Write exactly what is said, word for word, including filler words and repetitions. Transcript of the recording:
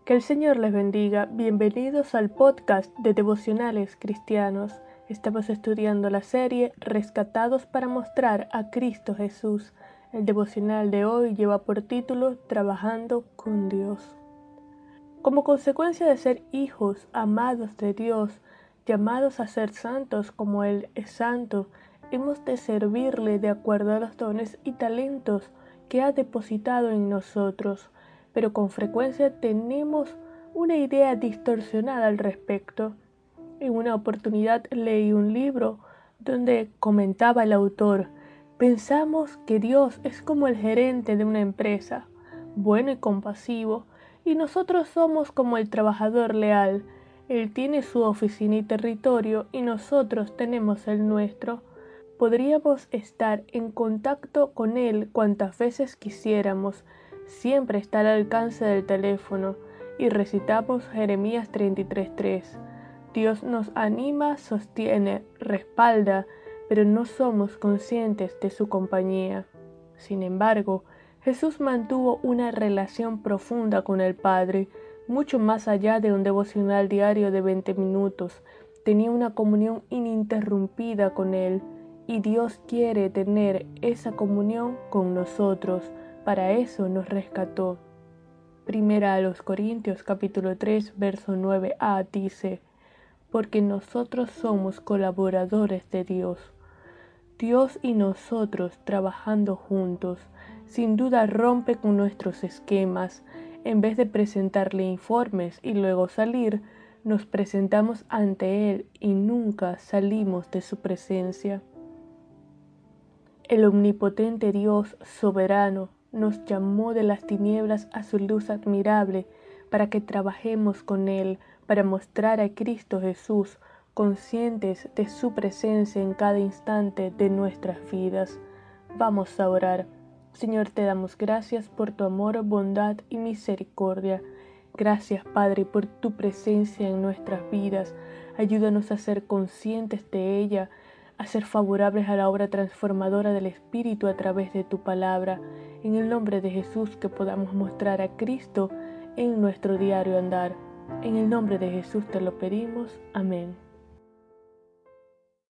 Que el Señor les bendiga. Bienvenidos al podcast de Devocionales Cristianos. Estamos estudiando la serie Rescatados para mostrar a Cristo Jesús. El devocional de hoy lleva por título Trabajando con Dios. Como consecuencia de ser hijos amados de Dios, llamados a ser santos como Él es santo, hemos de servirle de acuerdo a los dones y talentos que ha depositado en nosotros, pero con frecuencia tenemos una idea distorsionada al respecto. En una oportunidad leí un libro donde comentaba el autor: pensamos que Dios es como el gerente de una empresa, bueno y compasivo, y nosotros somos como el trabajador leal. Él tiene su oficina y territorio y nosotros tenemos el nuestro. Podríamos estar en contacto con Él cuantas veces quisiéramos, siempre está al alcance del teléfono, y recitamos Jeremías treinta y tres tres. Dios nos anima, sostiene, respalda, pero no somos conscientes de su compañía. Sin embargo, Jesús mantuvo una relación profunda con el Padre, mucho más allá de un devocional diario de veinte minutos. Tenía una comunión ininterrumpida con Él, y Dios quiere tener esa comunión con nosotros. Para eso nos rescató. Primera a los Corintios capítulo tres, verso nueve a dice: porque nosotros somos colaboradores de Dios. Dios y nosotros trabajando juntos, sin duda rompe con nuestros esquemas. En vez de presentarle informes y luego salir, nos presentamos ante Él y nunca salimos de su presencia. El omnipotente Dios soberano nos llamó de las tinieblas a su luz admirable para que trabajemos con Él, para mostrar a Cristo Jesús, conscientes de su presencia en cada instante de nuestras vidas. Vamos a orar. Señor, te damos gracias por tu amor, bondad y misericordia. Gracias, Padre, por tu presencia en nuestras vidas. Ayúdanos a ser conscientes de ella, a ser favorables a la obra transformadora del Espíritu a través de tu palabra. En el nombre de Jesús, que podamos mostrar a Cristo en nuestro diario andar. En el nombre de Jesús te lo pedimos. Amén.